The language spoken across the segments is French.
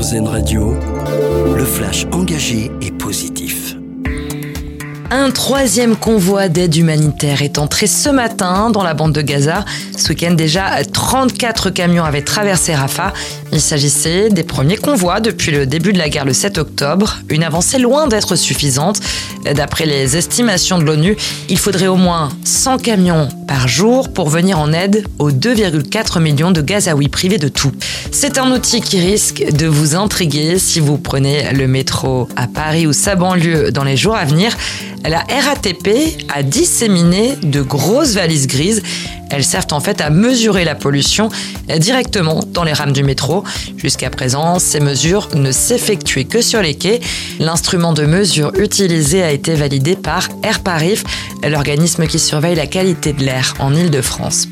RZN Radio, le flash engagé et positif. Un troisième convoi d'aide humanitaire est entré ce matin dans la bande de Gaza. Ce week-end déjà, 34 camions avaient traversé Rafah. Il s'agissait des premiers convois depuis le début de la guerre le 7 octobre. Une avancée loin d'être suffisante. D'après les estimations de l'ONU, il faudrait au moins 100 camions par jour pour venir en aide aux 2,4 millions de Gazaouis privés de tout. C'est un outil qui risque de vous intriguer si vous prenez le métro à Paris ou sa banlieue dans les jours à venir. La RATP a disséminé de grosses valises grises. Elles servent en fait à mesurer la pollution directement dans les rames du métro. Jusqu'à présent, ces mesures ne s'effectuaient que sur les quais. L'instrument de mesure utilisé a été validé par Airparif, l'organisme qui surveille la qualité de l'air en Île-de-France.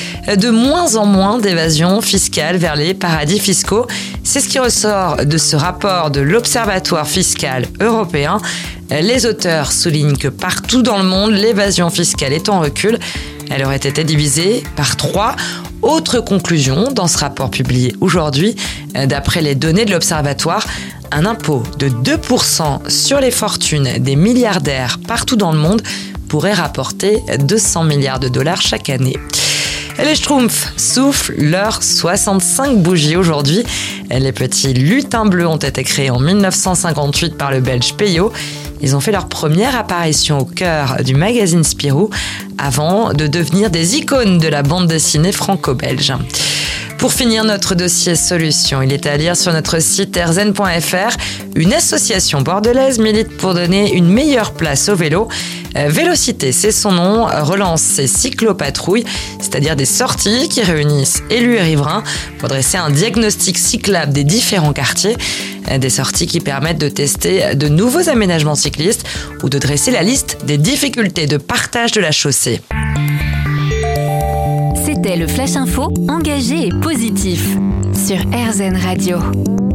De moins en moins d'évasion fiscale vers les paradis fiscaux. C'est ce qui ressort de ce rapport de l'Observatoire fiscal européen. Les auteurs soulignent que partout dans le monde, l'évasion fiscale est en recul. Elle aurait été divisée par 3. Autre conclusion dans ce rapport publié aujourd'hui, d'après les données de l'Observatoire, un impôt de 2% sur les fortunes des milliardaires partout dans le monde pourrait rapporter 200 milliards de dollars chaque année. Les Schtroumpfs soufflent leurs 65 bougies aujourd'hui. Les petits lutins bleus ont été créés en 1958 par le Belge Peyo. Ils ont fait leur première apparition au cœur du magazine Spirou avant de devenir des icônes de la bande dessinée franco-belge. Pour finir notre dossier solution, il est à lire sur notre site rzn.fr. Une association bordelaise milite pour donner une meilleure place au vélo. Vélocité, c'est son nom, relance ses cyclopatrouilles, c'est-à-dire des sorties qui réunissent élus et riverains pour dresser un diagnostic cyclable des différents quartiers. Des sorties qui permettent de tester de nouveaux aménagements cyclistes ou de dresser la liste des difficultés de partage de la chaussée. C'était le Flash Info, engagé et positif sur RZN Radio.